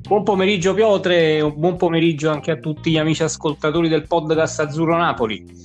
Buon pomeriggio Piotre, e un buon pomeriggio anche a tutti gli amici ascoltatori del podcast Azzurro Napoli.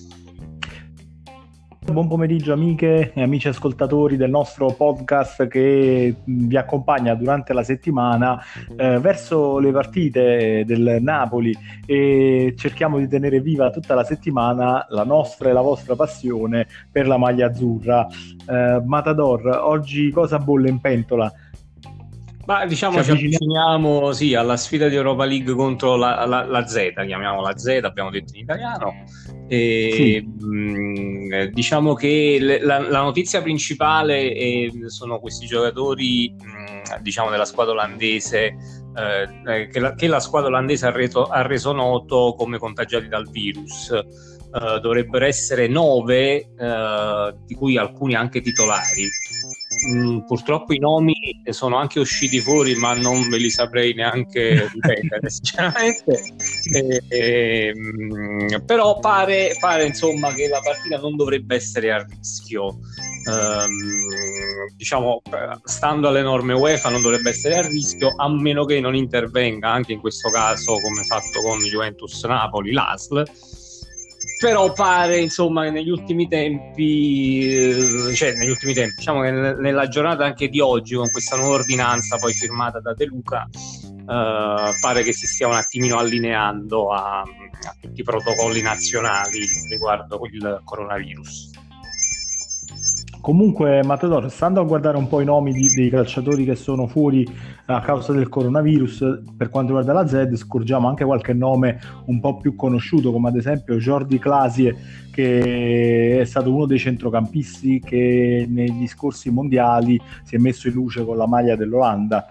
Buon pomeriggio amiche e amici ascoltatori del nostro podcast che vi accompagna durante la settimana verso le partite del Napoli, e cerchiamo di tenere viva tutta la settimana la nostra e la vostra passione per la maglia azzurra. Matador, oggi cosa bolle in pentola? Ma diciamo ci avviciniamo alla sfida di Europa League contro la Z, chiamiamola Z, abbiamo detto in italiano. E, sì. Diciamo che la notizia principale sono questi giocatori diciamo della squadra olandese che la squadra olandese ha reso noto come contagiati dal virus. Dovrebbero essere 9, di cui alcuni anche titolari. Purtroppo i nomi sono anche usciti fuori, ma non ve li saprei neanche ripetere sinceramente. Però pare insomma che la partita non dovrebbe essere a rischio. Diciamo, stando alle norme UEFA non dovrebbe essere a rischio, a meno che non intervenga anche in questo caso, come fatto con Juventus Napoli, l'ASL. Però pare insomma che negli ultimi tempi, diciamo che nella giornata anche di oggi, con questa nuova ordinanza poi firmata da De Luca, pare che si stia un attimino allineando a tutti i protocolli nazionali riguardo il coronavirus. Comunque, Matador, stando a guardare un po' i nomi dei calciatori che sono fuori a causa del coronavirus, per quanto riguarda la Z, scorgiamo anche qualche nome un po' più conosciuto, come ad esempio Jordi Clasie, che è stato uno dei centrocampisti che negli scorsi mondiali si è messo in luce con la maglia dell'Olanda.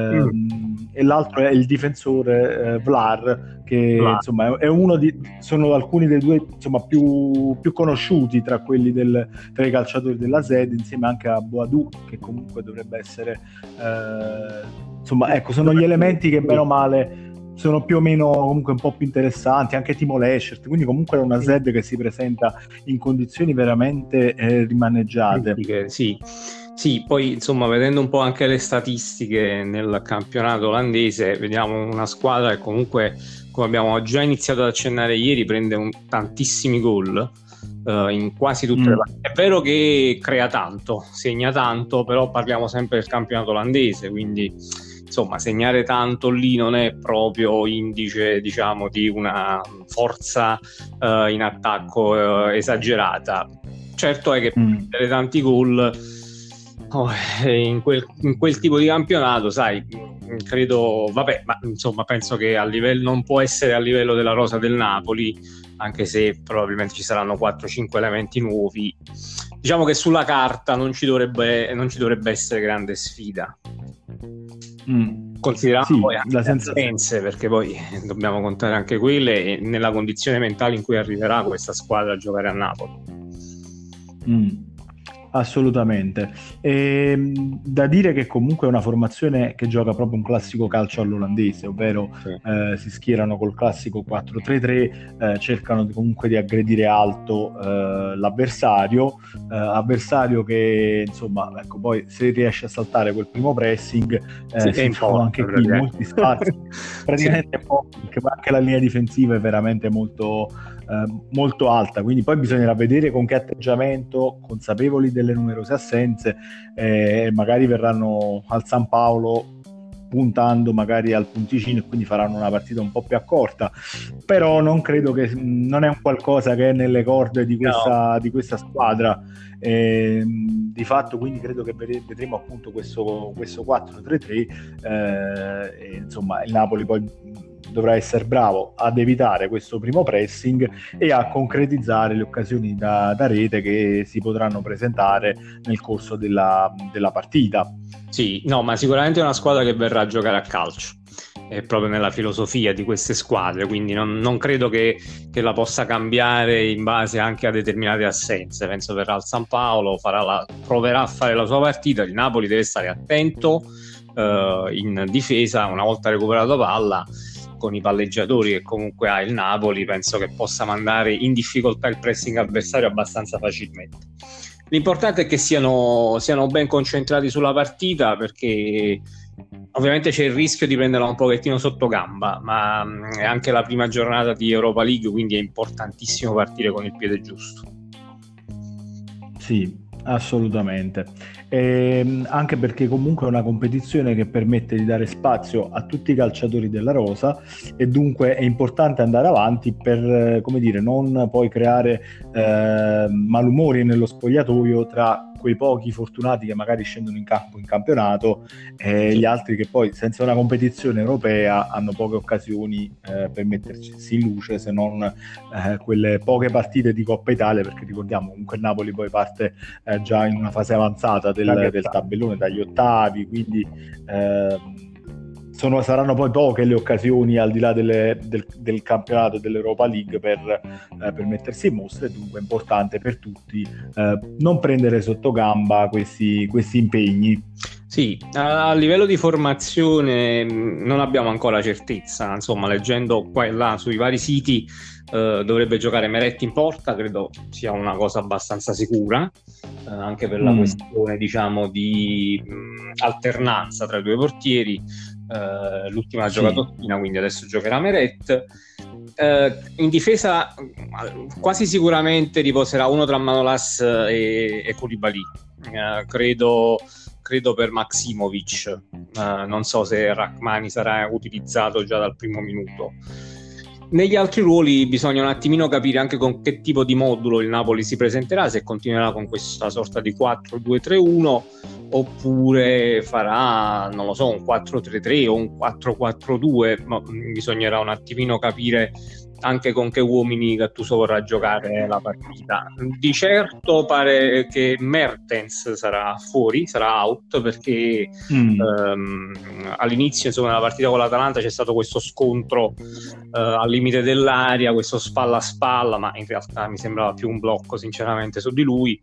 E l'altro è il difensore Vlaar, che insomma è uno sono alcuni dei due insomma più conosciuti tra quelli tra i calciatori della Z, insieme anche a Boadou, che comunque dovrebbe essere insomma, ecco, sono gli elementi che bene o male sono più o meno comunque un po' più interessanti, anche Timo Leschert, quindi comunque è una Z che si presenta in condizioni veramente rimaneggiate. Sì, poi insomma, vedendo un po' anche le statistiche nel campionato olandese, vediamo una squadra che comunque, come abbiamo già iniziato ad accennare ieri, prende tantissimi gol in quasi tutte le partite. È vero che crea tanto, segna tanto, però parliamo sempre del campionato olandese, quindi insomma segnare tanto lì non è proprio indice, diciamo, di una forza in attacco esagerata. Certo è che prendere tanti gol in quel tipo di campionato, sai, credo, vabbè, ma insomma penso che a livello, non può essere a livello della rosa del Napoli, anche se probabilmente ci saranno 4-5 elementi nuovi. Diciamo che sulla carta non ci dovrebbe essere grande sfida, considerando poi anche le assenze, perché poi dobbiamo contare anche quelle, e nella condizione mentale in cui arriverà questa squadra a giocare a Napoli. Assolutamente. Da dire che comunque è una formazione che gioca proprio un classico calcio all'olandese, ovvero si schierano col classico 4-3-3, cercano comunque di aggredire alto l'avversario che insomma, ecco, poi se riesce a saltare quel primo pressing si trovano anche qui molti spazi praticamente anche la linea difensiva è veramente molto alta, quindi poi bisognerà vedere con che atteggiamento, consapevoli delle numerose assenze, magari verranno al San Paolo puntando magari al punticino, e quindi faranno una partita un po' più accorta, però non credo che non è un qualcosa che è nelle corde di questa squadra. Di fatto quindi credo che vedremo appunto questo 4-3-3, e insomma il Napoli poi dovrà essere bravo ad evitare questo primo pressing e a concretizzare le occasioni da rete che si potranno presentare nel corso della partita. Sì, no, ma sicuramente è una squadra che verrà a giocare a calcio, è proprio nella filosofia di queste squadre, quindi non credo che la possa cambiare in base anche a determinate assenze. Penso verrà al San Paolo, proverà a fare la sua partita. Il Napoli deve stare attento in difesa, una volta recuperato palla, con i palleggiatori che comunque ha il Napoli, penso che possa mandare in difficoltà il pressing avversario abbastanza facilmente. L'importante è che siano ben concentrati sulla partita, perché ovviamente c'è il rischio di prenderla un pochettino sotto gamba, ma è anche la prima giornata di Europa League, quindi è importantissimo partire con il piede giusto. Sì, assolutamente. Anche perché comunque è una competizione che permette di dare spazio a tutti i calciatori della rosa, e dunque è importante andare avanti per, come dire, non poi creare malumori nello spogliatoio tra quei pochi fortunati che magari scendono in campo in campionato e gli altri che poi senza una competizione europea hanno poche occasioni per mettersi in luce, se non quelle poche partite di Coppa Italia, perché ricordiamo comunque il Napoli poi parte già in una fase avanzata del tabellone, dagli ottavi, quindi saranno poi poche le occasioni al di là del campionato dell'Europa League per mettersi in mostra, e dunque è importante per tutti non prendere sotto gamba questi impegni. Sì, a livello di formazione non abbiamo ancora certezza, insomma, leggendo qua e là sui vari siti dovrebbe giocare Meret in porta, credo sia una cosa abbastanza sicura, anche per la questione, diciamo, di alternanza tra i due portieri. L'ultima ha giocato Spina, quindi adesso giocherà Meret. In difesa quasi sicuramente riposerà uno tra Manolas e Koulibaly, credo per Maksimovic, non so se Rachmani sarà utilizzato già dal primo minuto. Negli altri ruoli bisogna un attimino capire anche con che tipo di modulo il Napoli si presenterà, se continuerà con questa sorta di 4-2-3-1 oppure farà, non lo so, un 4-3-3 o un 4-4-2, ma bisognerà un attimino capire anche con che uomini Gattuso vorrà giocare la partita. Di certo pare che Mertens sarà fuori, sarà out, perché all'inizio, insomma, della partita con l'Atalanta c'è stato questo scontro al limite dell'area, questo spalla a spalla, ma in realtà mi sembrava più un blocco sinceramente su di lui,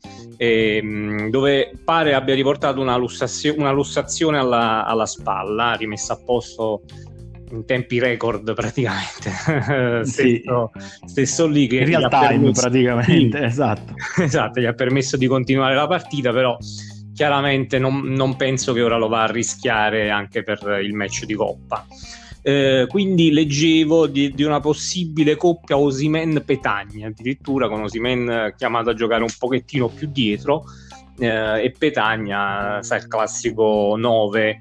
dove pare abbia riportato una lussazione alla spalla, rimessa a posto in tempi record praticamente. stesso lì, che in real time praticamente. Esatto, gli ha permesso di continuare la partita, però chiaramente non penso che ora lo va a rischiare anche per il match di Coppa. Quindi leggevo di una possibile coppia Osimhen-Petagna, addirittura, con Osimhen chiamato a giocare un pochettino più dietro, e Petagna, sai, il classico 9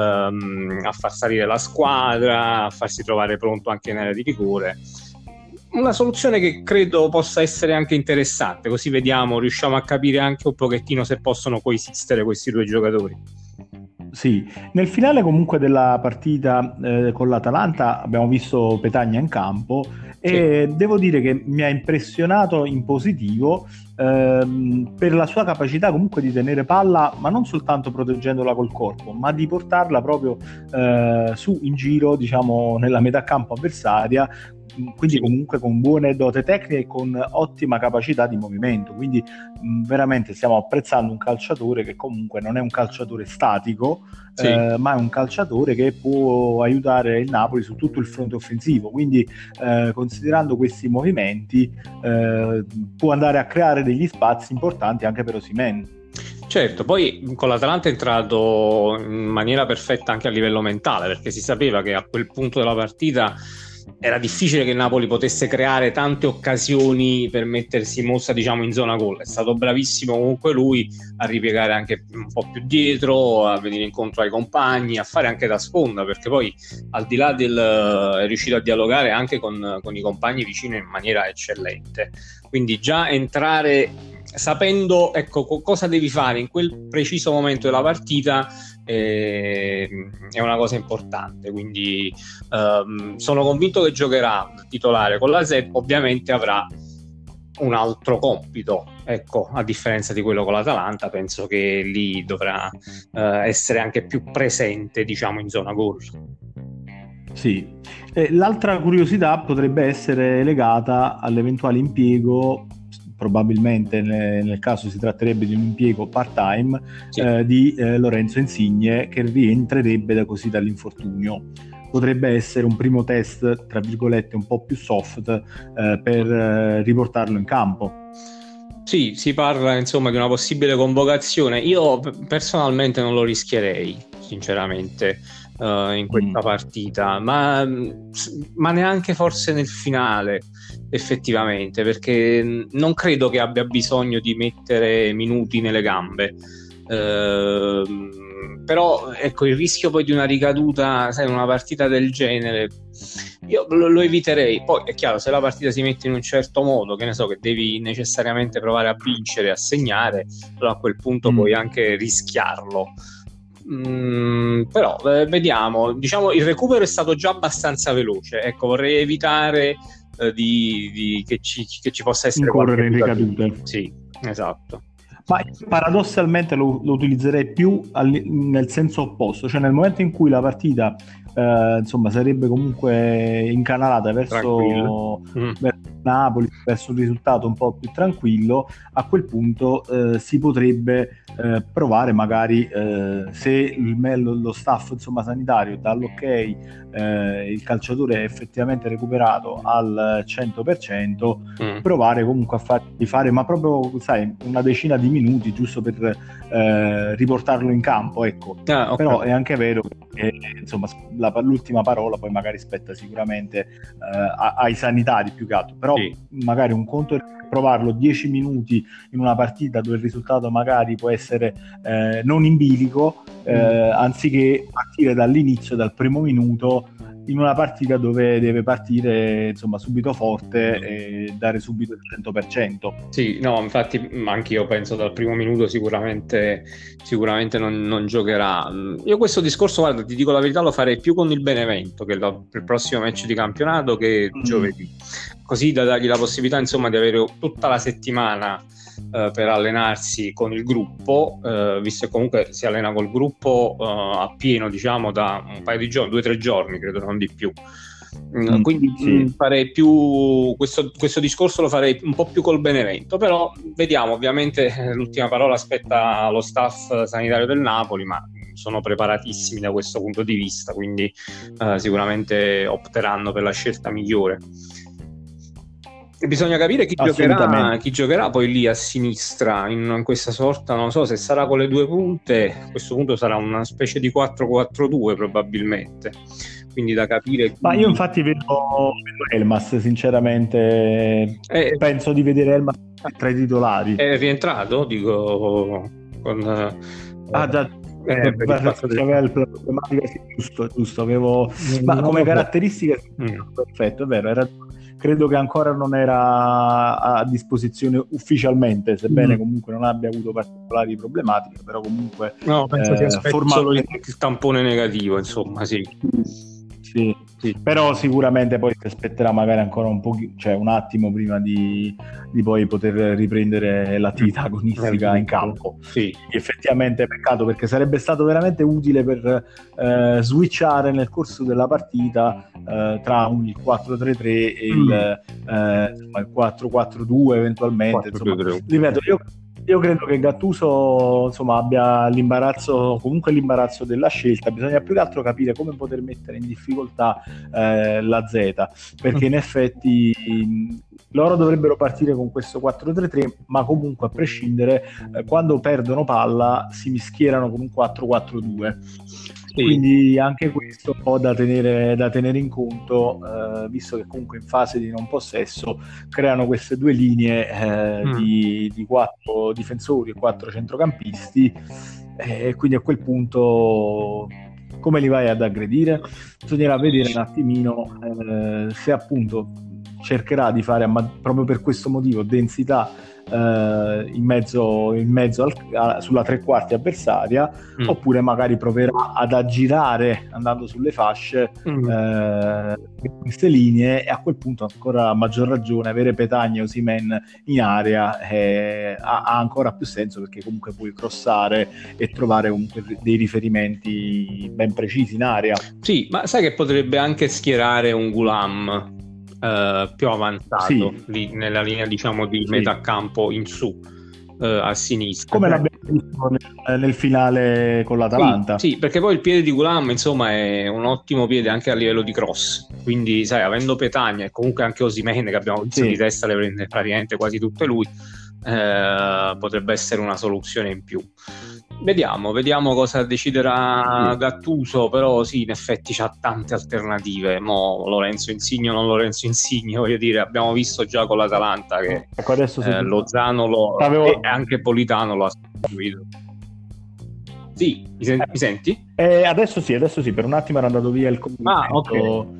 a far salire la squadra, a farsi trovare pronto anche in area di rigore. Una soluzione che credo possa essere anche interessante, così riusciamo a capire anche un pochettino se possono coesistere questi due giocatori. Sì, nel finale comunque della partita con l'Atalanta abbiamo visto Petagna in campo, e devo dire che mi ha impressionato in positivo per la sua capacità comunque di tenere palla, ma non soltanto proteggendola col corpo, ma di portarla proprio su in giro, diciamo, nella metà campo avversaria, quindi comunque con buone dote tecniche e con ottima capacità di movimento. Quindi veramente stiamo apprezzando un calciatore che comunque non è un calciatore statico, ma è un calciatore che può aiutare il Napoli su tutto il fronte offensivo, quindi considerando questi movimenti può andare a creare degli spazi importanti anche per Osimhen. Certo, poi con l'Atalanta è entrato in maniera perfetta anche a livello mentale, perché si sapeva che a quel punto della partita era difficile che il Napoli potesse creare tante occasioni per mettersi in mostra, diciamo, in zona gol. È stato bravissimo comunque lui a ripiegare anche un po' più dietro, a venire incontro ai compagni, a fare anche da sponda, perché poi al di là è riuscito a dialogare anche con i compagni vicino in maniera eccellente. Quindi già entrare sapendo, ecco, cosa devi fare in quel preciso momento della partita è una cosa importante. Quindi sono convinto che giocherà titolare con la SED. Ovviamente avrà un altro compito, ecco, a differenza di quello con l'Atalanta. Penso che lì dovrà essere anche più presente, diciamo, in zona gol. Sì, l'altra curiosità potrebbe essere legata all'eventuale impiego, probabilmente nel caso si tratterebbe di un impiego part-time, di Lorenzo Insigne, che rientrerebbe così dall'infortunio. Potrebbe essere un primo test, tra virgolette, un po' più soft per riportarlo in campo. Sì, si parla insomma di una possibile convocazione. Io personalmente non lo rischierei, sinceramente. in questa partita, ma neanche forse nel finale effettivamente, perché non credo che abbia bisogno di mettere minuti nelle gambe. Però ecco, il rischio poi di una ricaduta, sai, in una partita del genere io lo eviterei. Poi è chiaro, se la partita si mette in un certo modo, che ne so, che devi necessariamente provare a vincere, a segnare, però a quel punto puoi anche rischiarlo. Però vediamo, diciamo, il recupero è stato già abbastanza veloce, ecco, vorrei evitare che ci possa essere incorrere in ricadute. Sì, esatto. Ma paradossalmente lo utilizzerei più nel senso opposto, cioè nel momento in cui la partita insomma sarebbe comunque incanalata verso Napoli, verso un risultato un po' più tranquillo, a quel punto si potrebbe provare magari se lo staff insomma sanitario dà l'ok, il calciatore è effettivamente recuperato al 100%, provare comunque a fargli fare, ma proprio, sai, una decina di minuti giusto per riportarlo in campo, ecco. Okay. Però è anche vero che insomma l'ultima parola poi magari spetta sicuramente ai sanitari più che altro, però sì, magari un conto è provarlo 10 minuti in una partita dove il risultato magari può essere non in bilico, anziché partire dall'inizio, dal primo minuto, in una partita dove deve partire insomma subito forte e dare subito il 100%. Sì, no, infatti anche io penso dal primo minuto sicuramente non giocherà. Io questo discorso, guarda, ti dico la verità, lo farei più con il Benevento che il prossimo match di campionato, che giovedì, così da dargli la possibilità insomma di avere tutta la settimana per allenarsi con il gruppo, visto che comunque si allena col gruppo a pieno, diciamo, da un paio di giorni, 2 o 3 giorni credo, non di più. Quindi sì, farei più questo discorso, lo farei un po' più col Benevento, però vediamo, ovviamente l'ultima parola aspetta allo staff sanitario del Napoli, ma sono preparatissimi da questo punto di vista, quindi sicuramente opteranno per la scelta migliore. Bisogna capire chi giocherà poi lì a sinistra in questa sorta, non so se sarà con le 2 punte, a questo punto sarà una specie di 4-4-2 probabilmente, quindi da capire. Ma io infatti vedo Elmas, sinceramente penso di vedere Elmas tra i titolari. È rientrato, dico, con già c'aveva il problematica, sì, giusto, avevo, ma come caratteristiche perfetto, è vero, credo che ancora non era a disposizione ufficialmente, sebbene comunque non abbia avuto particolari problematiche, però comunque no, penso sia solo il tampone negativo, insomma, sì. Sì, però sicuramente poi si aspetterà magari ancora un attimo prima di poi poter riprendere l'attività agonistica in campo. Sì. Effettivamente è peccato, perché sarebbe stato veramente utile per switchare nel corso della partita tra il 4-3-3 e il 4-4-2 eventualmente. 4-3-3. Insomma, ripeto, io credo che Gattuso insomma abbia l'imbarazzo della scelta. Bisogna più che altro capire come poter mettere in difficoltà la Z, perché in effetti loro dovrebbero partire con questo 4-3-3, ma comunque a prescindere quando perdono palla si mischierano con un 4-4-2. Sì. Quindi anche questo un po' da tenere in conto, visto che comunque in fase di non possesso creano queste 2 linee di 4 difensori e 4 centrocampisti, e quindi a quel punto come li vai ad aggredire? Bisognerà vedere un attimino se appunto cercherà di fare proprio per questo motivo densità in mezzo sulla 3/4 avversaria, oppure magari proverà ad aggirare andando sulle fasce queste linee, e a quel punto ancora a maggior ragione avere Petagna e Osimhen in area ha ancora più senso, perché comunque puoi crossare e trovare comunque dei riferimenti ben precisi in area. Sì, ma sai che potrebbe anche schierare un Gulam più avanzato lì nella linea, diciamo, di metà campo in su a sinistra, come l'abbiamo visto nel finale con l'Atalanta. Sì, perché poi il piede di Gulam insomma è un ottimo piede anche a livello di cross, quindi sai, avendo Petagna e comunque anche Osimhen, che abbiamo visto di testa le prende praticamente quasi tutte lui, potrebbe essere una soluzione in più. Vediamo cosa deciderà Gattuso, però sì, in effetti c'ha tante alternative. Lorenzo Insigne o non Lorenzo Insigne, voglio dire, abbiamo visto già con l'Atalanta che ecco, adesso Lozano e anche Politano lo ha sostituito. Sì, mi senti? Adesso sì, per un attimo era andato via il commento.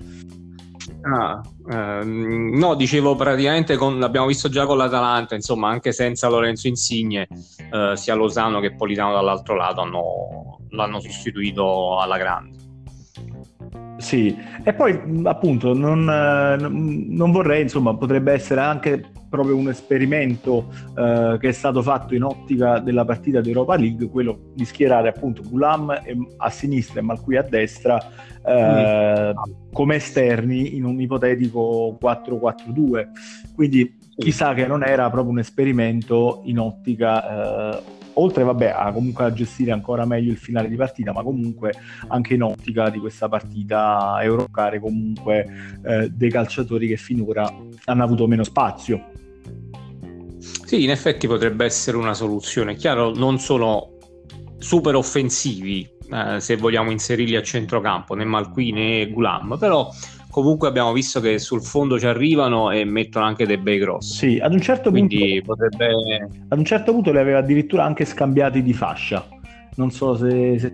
No, dicevo praticamente l'abbiamo visto già con l'Atalanta, insomma, anche senza Lorenzo Insigne, sia Lozano che Politano dall'altro lato l'hanno sostituito alla grande. Sì, e poi appunto non vorrei, insomma, potrebbe essere anche proprio un esperimento che è stato fatto in ottica della partita di Europa League, quello di schierare appunto Thuram a sinistra e Malcuit a destra come esterni in un ipotetico 4-4-2, quindi chissà che non era proprio un esperimento in ottica oltre comunque a gestire ancora meglio il finale di partita, ma comunque anche in ottica di questa partita Eurocare comunque dei calciatori che finora hanno avuto meno spazio. Sì, in effetti potrebbe essere una soluzione. Chiaro, non sono super offensivi se vogliamo inserirli a centrocampo, né Malcuit né Thuram, però comunque abbiamo visto che sul fondo ci arrivano e mettono anche dei bei grossi. Sì, ad un certo punto li aveva addirittura anche scambiati di fascia. Non so se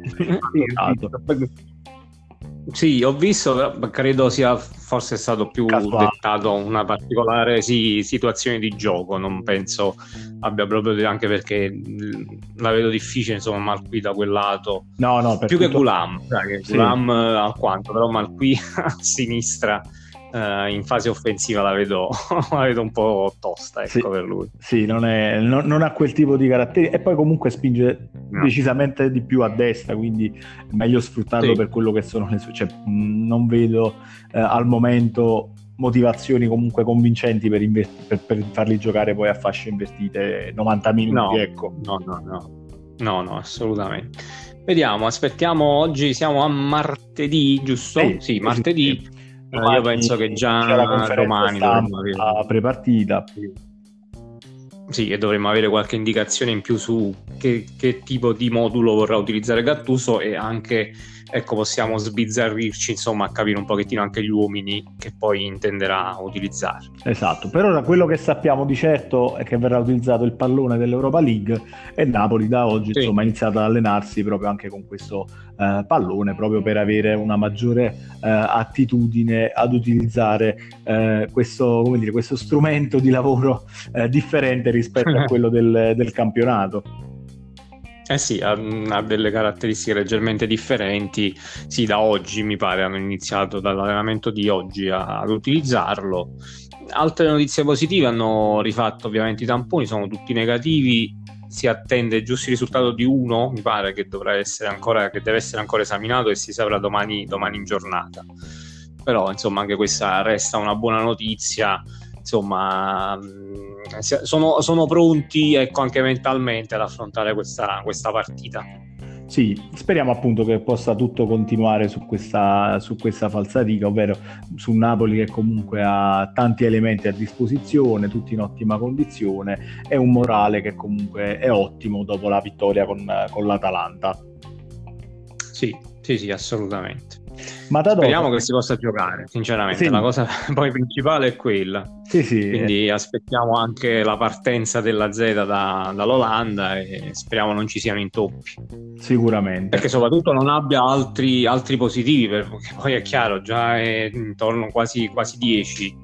sì, ho visto, credo sia forse stato più dettato una particolare situazione di gioco, non penso abbia proprio, anche perché la vedo difficile, insomma, Malcuit da quel lato, più che Thuram, Thuram alquanto, però Malcuit a sinistra in fase offensiva la vedo un po' tosta, ecco, per lui. Sì, non ha quel tipo di caratteri, e poi comunque spinge decisamente di più a destra, quindi è meglio sfruttarlo per quello che sono le sue, cioè, non vedo al momento motivazioni comunque convincenti per farli giocare poi a fasce invertite 90 minuti, ecco. No, assolutamente. Vediamo, aspettiamo, oggi siamo a martedì, giusto? Sì, martedì. Sì. Io penso che già domani dovremmo avere la prepartita. Sì, e dovremmo avere qualche indicazione in più su che tipo di modulo vorrà utilizzare Gattuso, e anche, ecco, possiamo sbizzarrirci, insomma, a capire un pochettino anche gli uomini che poi intenderà utilizzare. Esatto, per ora quello che sappiamo di certo è che verrà utilizzato il pallone dell'Europa League, e Napoli da oggi insomma ha iniziato ad allenarsi proprio anche con questo pallone, proprio per avere una maggiore attitudine ad utilizzare questo strumento di lavoro differente rispetto a quello del campionato. Sì, ha delle caratteristiche leggermente differenti. Sì, da oggi mi pare hanno iniziato, dall'allenamento di oggi, ad utilizzarlo. Altre notizie positive: hanno rifatto ovviamente i tamponi, sono tutti negativi. Si attende il giusto risultato di uno, mi pare, che deve essere ancora esaminato, e si saprà domani in giornata. Però insomma anche questa resta una buona notizia. Insomma, sono pronti, ecco, anche mentalmente ad affrontare questa partita. Sì, speriamo appunto che possa tutto continuare su questa falsariga, ovvero su Napoli che comunque ha tanti elementi a disposizione, tutti in ottima condizione, e un morale che comunque è ottimo dopo la vittoria con l'Atalanta. Sì, assolutamente. Speriamo che si possa giocare, sinceramente. La cosa poi principale è quella. Quindi aspettiamo anche la partenza della Z dall'Olanda, e speriamo non ci siano intoppi. Sicuramente. Perché soprattutto non abbia altri positivi, perché poi è chiaro, già è intorno quasi 10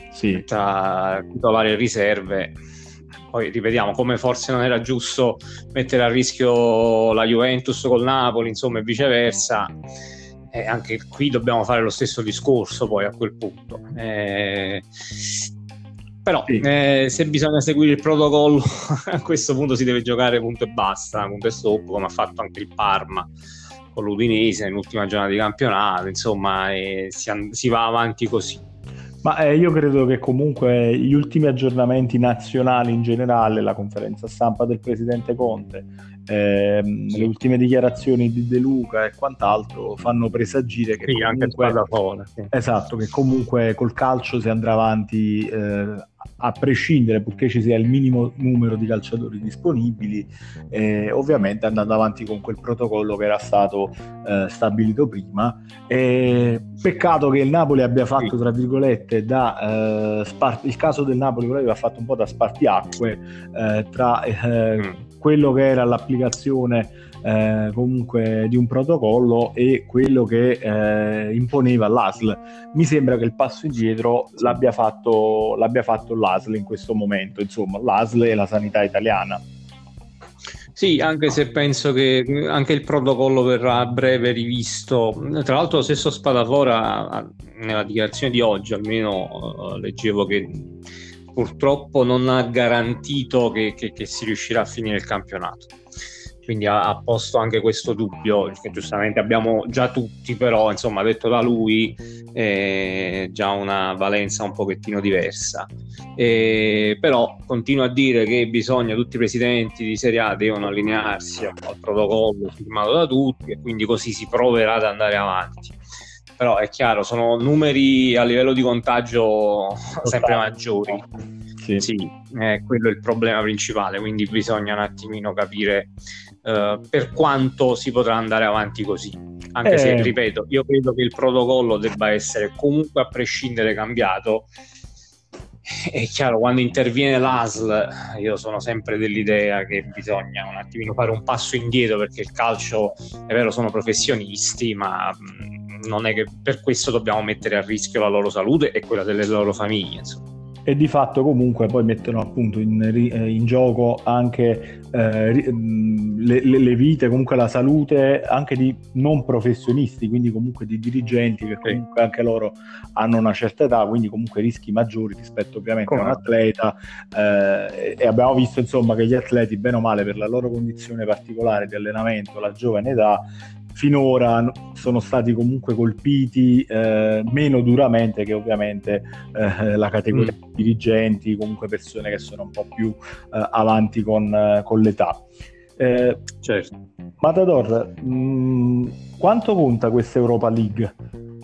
tra titolari e riserve. Poi ripetiamo, come forse non era giusto mettere a rischio la Juventus col Napoli, insomma, e viceversa. Anche qui dobbiamo fare lo stesso discorso poi a quel punto, però se bisogna seguire il protocollo a questo punto si deve giocare punto e basta, punto e stop, come ha fatto anche il Parma con l'Udinese nell'ultima giornata di campionato, insomma, si va avanti così. Ma io credo che comunque gli ultimi aggiornamenti nazionali in generale, la conferenza stampa del presidente Conte Le ultime dichiarazioni di De Luca e quant'altro fanno presagire che sì, anche comunque, sì. esatto, che comunque col calcio si andrà avanti a prescindere, purché ci sia il minimo numero di calciatori disponibili, ovviamente andando avanti con quel protocollo che era stato stabilito prima. Peccato che il Napoli abbia fatto, tra virgolette, il caso del Napoli aveva fatto un po' da spartiacque tra quello che era l'applicazione comunque di un protocollo e quello che imponeva l'ASL. Mi sembra che il passo indietro l'abbia fatto l'ASL in questo momento, insomma l'ASL e la sanità italiana. Sì, anche se penso che anche il protocollo verrà a breve rivisto. Tra l'altro lo stesso Spadafora nella dichiarazione di oggi almeno leggevo che purtroppo non ha garantito che si riuscirà a finire il campionato. Quindi ha posto anche questo dubbio, che giustamente abbiamo già tutti, però insomma detto da lui è già una valenza un pochettino diversa. Però continuo a dire che tutti i presidenti di Serie A devono allinearsi al protocollo firmato da tutti e quindi così si proverà ad andare avanti. Però è chiaro, sono numeri a livello di contagio sempre maggiori. Sì, quello è il problema principale, quindi bisogna un attimino capire per quanto si potrà andare avanti così, anche se, ripeto, io credo che il protocollo debba essere comunque a prescindere cambiato. È chiaro, quando interviene l'ASL io sono sempre dell'idea che bisogna un attimino fare un passo indietro, perché il calcio, è vero, sono professionisti, ma non è che per questo dobbiamo mettere a rischio la loro salute e quella delle loro famiglie, insomma. E di fatto comunque poi mettono appunto in gioco anche le vite, comunque la salute anche di non professionisti, quindi comunque di dirigenti che comunque anche loro hanno una certa età, quindi comunque rischi maggiori rispetto ovviamente a un atleta, e abbiamo visto insomma che gli atleti bene o male per la loro condizione particolare di allenamento, la giovane età, finora sono stati comunque colpiti meno duramente che ovviamente la categoria di dirigenti, comunque persone che sono un po' più avanti con l'età. Certo. Matador, quanto conta questa Europa League?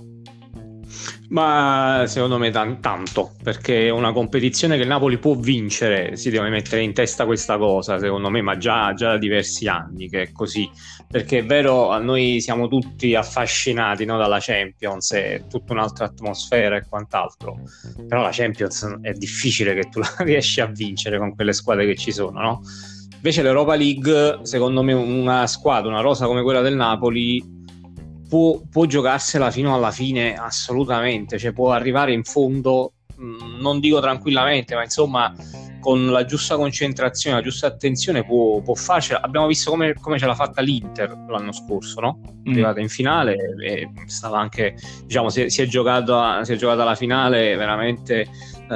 Ma secondo me tanto, perché è una competizione che il Napoli può vincere, si deve mettere in testa questa cosa, secondo me, ma già da diversi anni che è così, perché è vero, noi siamo tutti affascinati, no, dalla Champions, è tutta un'altra atmosfera e quant'altro, però la Champions è difficile che tu la riesci a vincere con quelle squadre che ci sono, no? Invece l'Europa League, secondo me, una squadra, una rosa come quella del Napoli può giocarsela fino alla fine assolutamente, cioè può arrivare in fondo, non dico tranquillamente, ma insomma con la giusta concentrazione, la giusta attenzione può farcela. Abbiamo visto come ce l'ha fatta l'Inter l'anno scorso, no? Arrivata in finale e stava anche, diciamo, si è giocata la finale veramente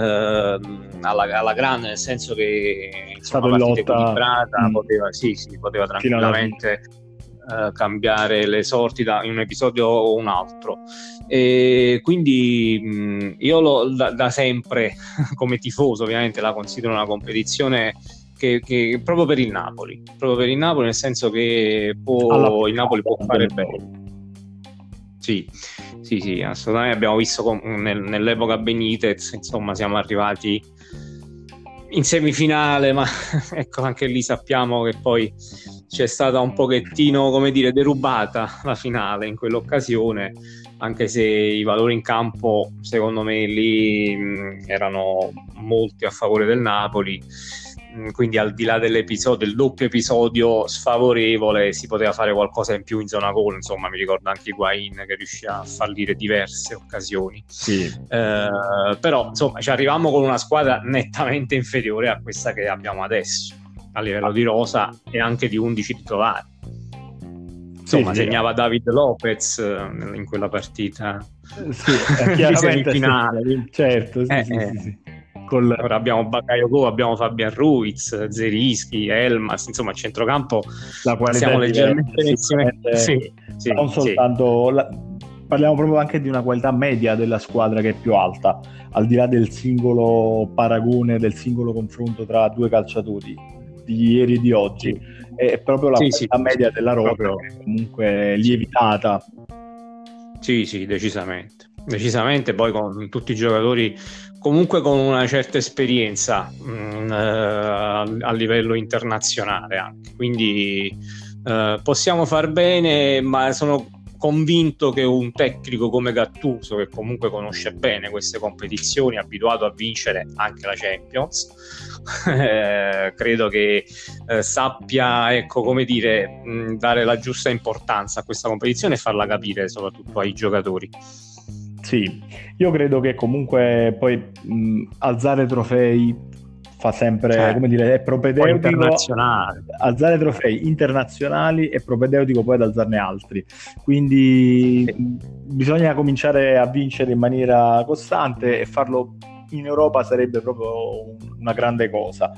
alla grande, nel senso che insomma una partita equilibrata, poteva tranquillamente cambiare le sorti in un episodio o un altro, e quindi io da sempre come tifoso ovviamente la considero una competizione che proprio per il Napoli, nel senso che il Napoli può fare bene. Sì, assolutamente. Abbiamo visto nell'epoca Benitez, insomma, siamo arrivati in semifinale, ma ecco, anche lì sappiamo che poi c'è stata un pochettino, come dire, derubata la finale in quell'occasione, anche se i valori in campo secondo me lì erano molti a favore del Napoli, quindi al di là del doppio episodio sfavorevole, si poteva fare qualcosa in più in zona gol, insomma. Mi ricordo anche Higuaín che riuscì a fallire diverse occasioni, però insomma ci arrivammo con una squadra nettamente inferiore a questa che abbiamo adesso a livello di rosa e anche di 11 titolari. Insomma, segnava David Lopez in quella partita di semifinale. Certo, sì. Ora abbiamo Bakayoko, abbiamo Fabian Ruiz, Zerischi, Elmas, insomma a centrocampo la qualità siamo leggermente non soltanto parliamo proprio anche di una qualità media della squadra che è più alta, al di là del singolo paragone, del singolo confronto tra due calciatori. di ieri e di oggi, è proprio la qualità media della rosa proprio... che comunque è lievitata. Sì, decisamente, poi con tutti i giocatori comunque con una certa esperienza a livello internazionale anche. Quindi possiamo far bene, ma sono convinto che un tecnico come Gattuso, che comunque conosce bene queste competizioni, abituato a vincere anche la Champions, credo che sappia, ecco, come dire, dare la giusta importanza a questa competizione e farla capire soprattutto ai giocatori. Sì, io credo che comunque poi alzare trofei fa sempre, come dire, è propedeutico. Alzare trofei internazionali è propedeutico poi ad alzarne altri, quindi bisogna cominciare a vincere in maniera costante, e farlo in Europa sarebbe proprio una grande cosa.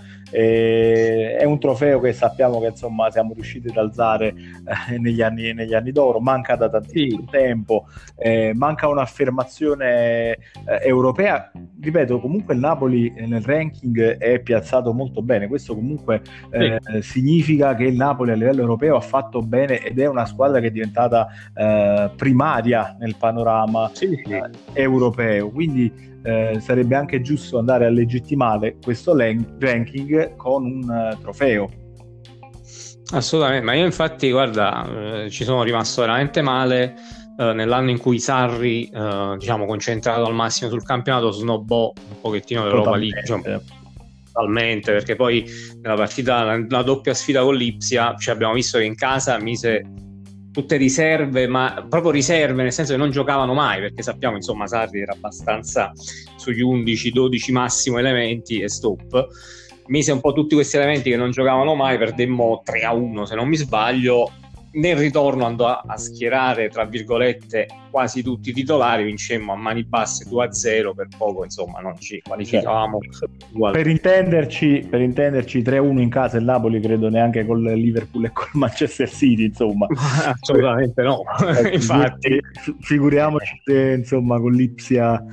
È un trofeo che sappiamo che insomma siamo riusciti ad alzare negli anni d'oro, manca da tantissimo tempo, manca un'affermazione europea. Ripeto, comunque il Napoli nel ranking è piazzato molto bene, questo comunque significa che il Napoli a livello europeo ha fatto bene ed è una squadra che è diventata primaria nel panorama europeo, quindi sarebbe anche giusto andare a legittimare questo ranking con un trofeo. Assolutamente, ma io infatti guarda, ci sono rimasto veramente male nell'anno in cui Sarri, diciamo, concentrato al massimo sul campionato, snobbò un pochettino l'Europa League, totalmente, perché poi nella partita, la doppia sfida con l'Ipsia, abbiamo visto che in casa mise tutte riserve, ma proprio riserve nel senso che non giocavano mai, perché sappiamo, insomma, Sarri era abbastanza sugli 11-12 massimo elementi e stop. Mise un po' tutti questi elementi che non giocavano mai, perdemmo 3-1 se non mi sbaglio. Nel ritorno andò a schierare, tra virgolette, quasi tutti i titolari, vincemmo a mani basse 2-0, per poco insomma non ci qualificavamo. Per intenderci 3-1 in casa il Napoli credo neanche col Liverpool e col Manchester City, insomma. Assolutamente no. Infatti figuriamoci se insomma con l'Ipsia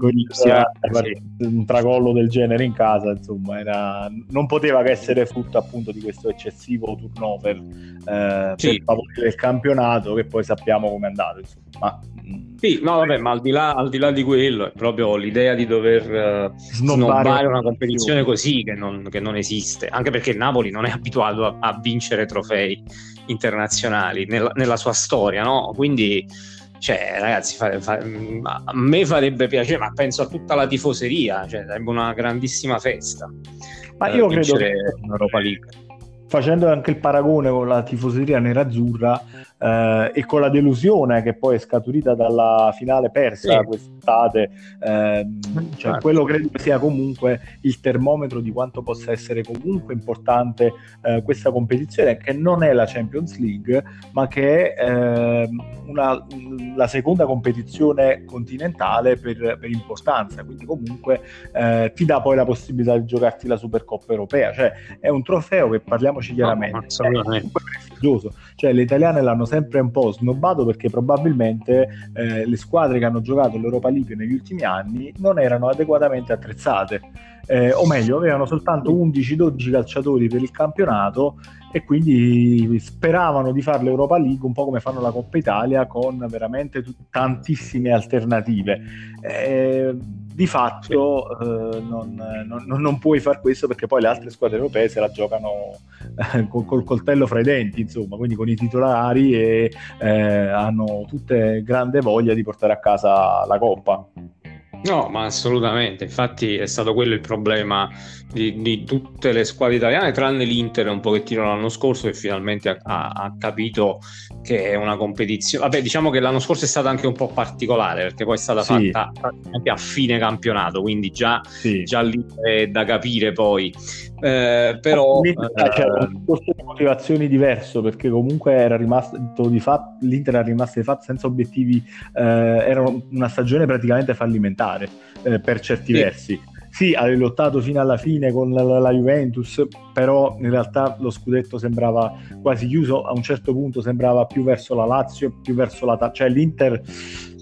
un tracollo del genere in casa, insomma non poteva che essere frutto appunto di questo eccessivo turnover per favore del campionato, che poi sappiamo come è andato, insomma. Ma al di là di quello è proprio l'idea di dover snobbare una competizione così che non esiste, anche perché il Napoli non è abituato a vincere trofei internazionali nella sua storia, no? Quindi ragazzi, a me farebbe piacere, ma penso a tutta la tifoseria, sarebbe una grandissima festa. Ma io credo che Europa League, facendo anche il paragone con la tifoseria nerazzurra e con la delusione che poi è scaturita dalla finale persa quest'estate, quello credo che sia comunque il termometro di quanto possa essere comunque importante questa competizione, che non è la Champions League, ma che è la seconda competizione continentale per importanza, quindi comunque ti dà poi la possibilità di giocarti la Supercoppa europea, è un trofeo che, parliamoci chiaramente, è comunque prestigioso, le italiane l'hanno sempre un po' snobbato perché probabilmente le squadre che hanno giocato l'Europa League negli ultimi anni non erano adeguatamente attrezzate, o meglio avevano soltanto 11-12 calciatori per il campionato, e quindi speravano di fare l'Europa League un po' come fanno la Coppa Italia, con veramente tantissime alternative. Di fatto non puoi far questo, perché poi le altre squadre europee se la giocano col coltello fra i denti, insomma, quindi con i titolari, e hanno tutte grande voglia di portare a casa la Coppa. No, ma assolutamente, infatti è stato quello il problema di tutte le squadre italiane, tranne l'Inter un pochettino l'anno scorso, che finalmente ha capito che è una competizione. Vabbè, diciamo che l'anno scorso è stata anche un po' particolare, perché poi è stata fatta praticamente a fine campionato, quindi già lì è da capire poi. Però c'era un discorso di motivazioni diverso, perché comunque era rimasto di fatto, l'Inter era rimasto di fatto senza obiettivi, era una stagione praticamente fallimentare per certi versi. Sì, avevi lottato fino alla fine con la Juventus, però in realtà lo scudetto sembrava quasi chiuso, a un certo punto sembrava più verso la Lazio, più verso l'Inter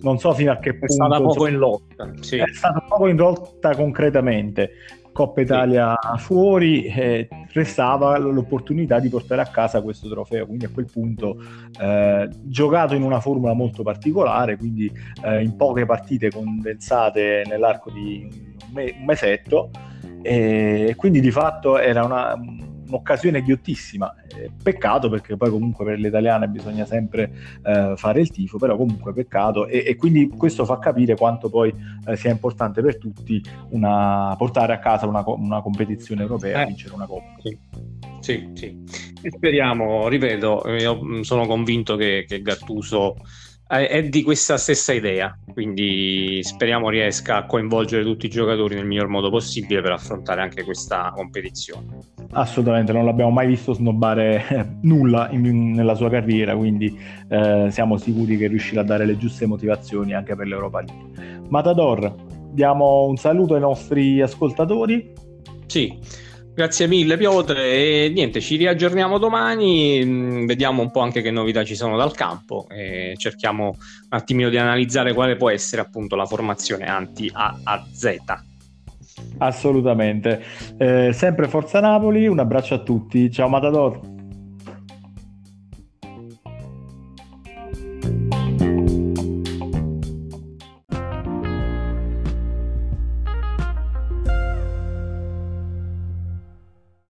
non so fino a che punto... È stata poco in lotta. Sì. È stata poco in lotta concretamente. Coppa Italia fuori, restava l'opportunità di portare a casa questo trofeo, quindi a quel punto giocato in una formula molto particolare, quindi in poche partite condensate nell'arco di un mesetto, e quindi di fatto era un'occasione ghiottissima. Peccato, perché poi comunque per le italiane bisogna sempre fare il tifo, però comunque peccato, e quindi questo fa capire quanto poi sia importante per tutti portare a casa una competizione europea, vincere una coppa. Sì. E speriamo, ripeto, io sono convinto che Gattuso è di questa stessa idea, quindi speriamo riesca a coinvolgere tutti i giocatori nel miglior modo possibile per affrontare anche questa competizione. Assolutamente, non l'abbiamo mai visto snobbare nulla nella sua carriera, quindi siamo sicuri che riuscirà a dare le giuste motivazioni anche per l'Europa League. Matador, diamo un saluto ai nostri ascoltatori. Sì, grazie mille Piotr, e niente, ci riaggiorniamo domani, vediamo un po' anche che novità ci sono dal campo e cerchiamo un attimino di analizzare quale può essere appunto la formazione anti-AAZ. Assolutamente, sempre Forza Napoli, un abbraccio a tutti, ciao Matador.